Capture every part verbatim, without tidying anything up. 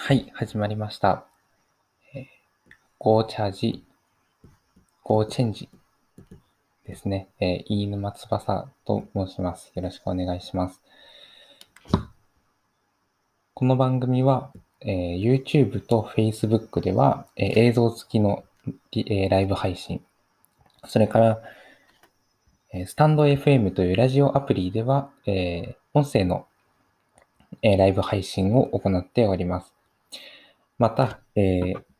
はい、始まりました。えー、Go チャージ、Go チェンジですね。えー、飯沼翼と申します。よろしくお願いします。この番組は、えー YouTube と Facebook では、えー映像付きの、リえーライブ配信、それから、えースタンド エフエム というラジオアプリでは、えー音声の、えーライブ配信を行っております。また、えー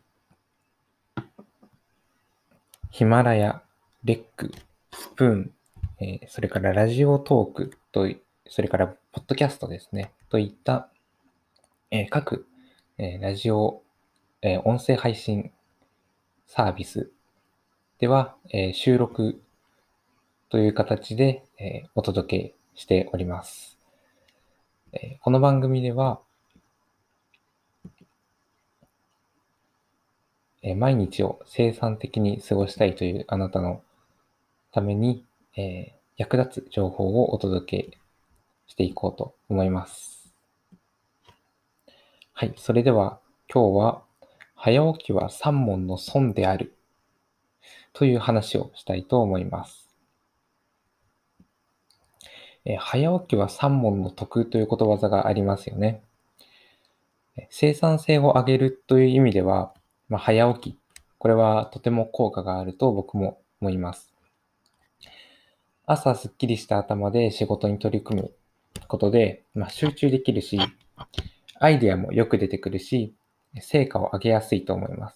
ヒマラヤ、レック、スプーン、えーそれからラジオトークと、それからポッドキャストですね、といった、えー各、えーラジオ、えー音声配信サービスでは、えー収録という形で、えーお届けしております。えーこの番組では、えー毎日を生産的に過ごしたいというあなたのために、えー役立つ情報をお届けしていこうと思います。はい。それでは、今日は、早起きは三問の損であるという話をしたいと思います。えー早起きは三問の得ということわざがありますよね。生産性を上げるという意味では、まあ、早起き。これはとても効果があると僕も思います。朝すっきりした頭で仕事に取り組むことで、まあ、集中できるし、アイデアもよく出てくるし、成果を上げやすいと思います。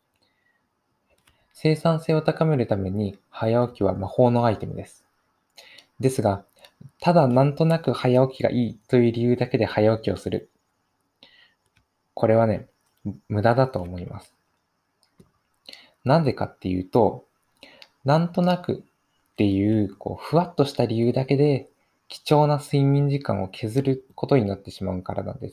生産性を高めるために早起きは魔法のアイテムです。ですが、ただなんとなく早起きがいいという理由だけで早起きをする。これはね、無駄だと思います。なんでかっていうと、なんとなくっていう、こう、ふわっとした理由だけで貴重な睡眠時間を削ることになってしまうからなんです。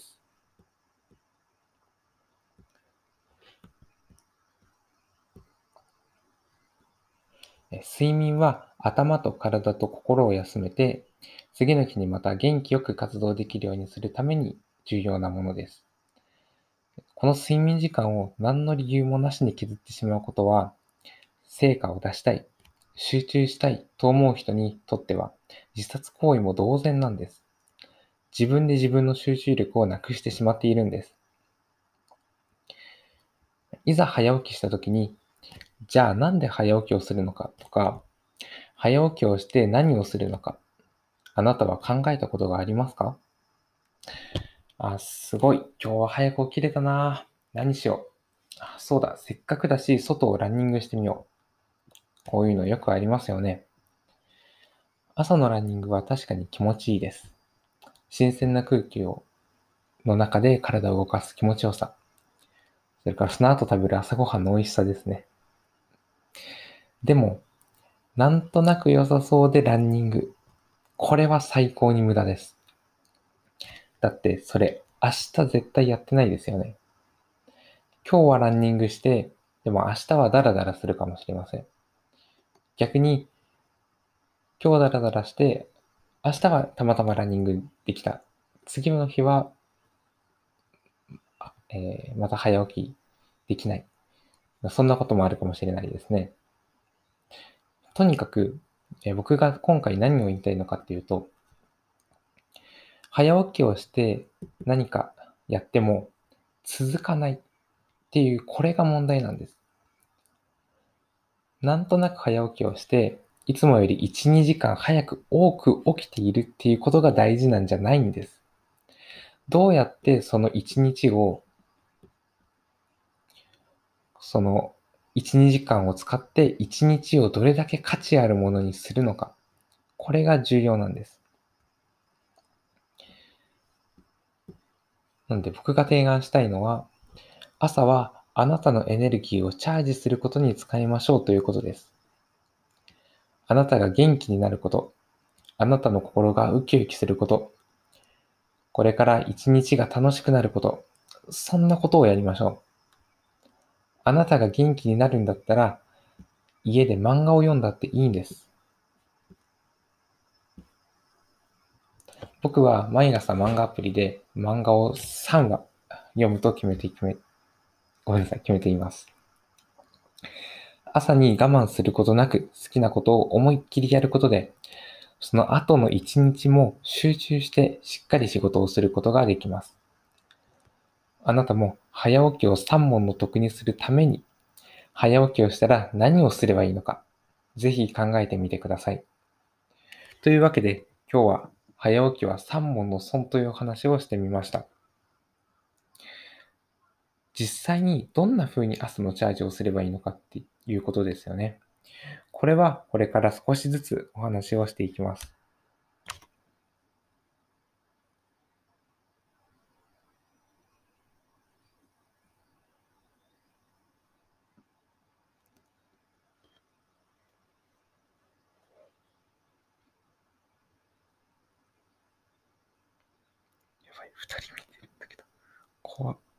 睡眠は頭と体と心を休めて、次の日にまた元気よく活動できるようにするために重要なものです。この睡眠時間を何の理由もなしに削ってしまうことは、成果を出したい、集中したいと思う人にとっては、自殺行為も同然なんです。自分で自分の集中力をなくしてしまっているんです。いざ早起きした時に、じゃあなんで早起きをするのかとか、早起きをして何をするのか、あなたは考えたことがありますか？あ、すごい。今日は早く起きれたな。何しよう。あ、そうだ。せっかくだし、外をランニングしてみよう。こういうのよくありますよね。朝のランニングは確かに気持ちいいです。新鮮な空気をの中で体を動かす気持ちよさ。それからその後食べる朝ごはんの美味しさですね。でも、なんとなく良さそうでランニング。これは最高に無駄です。だって、それ、明日絶対やってないですよね。今日はランニングして、でも明日はダラダラするかもしれません。逆に、今日ダラダラして、明日はたまたまランニングできた。次の日は、えーまた早起きできない。そんなこともあるかもしれないですね。とにかく、えー僕が今回何を言いたいのかっていうと、早起きをして何かやっても続かないっていう、これが問題なんです。なんとなく早起きをして、いつもよりいち、にじかん早く多く起きているっていうことが大事なんじゃないんです。どうやってそのいちにちを、そのいち、にじかんを使っていちにちをどれだけ価値あるものにするのか。これが重要なんです。なので僕が提案したいのは、朝はあなたのエネルギーをチャージすることに使いましょうということです。あなたが元気になること、あなたの心がウキウキすること、これから一日が楽しくなること、そんなことをやりましょう。あなたが元気になるんだったら、家で漫画を読んだっていいんです。僕は毎朝漫画アプリで漫画をさんわ読むと決めて決め、ごめんなさい、決めています。朝に我慢することなく好きなことを思いっきりやることで、その後の一日も集中してしっかり仕事をすることができます。あなたも早起きを三問の得にするために、早起きをしたら何をすればいいのか、ぜひ考えてみてください。というわけで、今日は早起きは三問の損という話をしてみました。実際にどんな風に朝のチャージをすればいいのかっていうことですよね。これはこれから少しずつお話をしていきます。やばい、二人見てるんだけど。怖っ。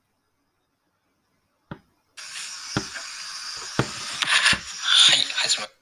はい、始まる。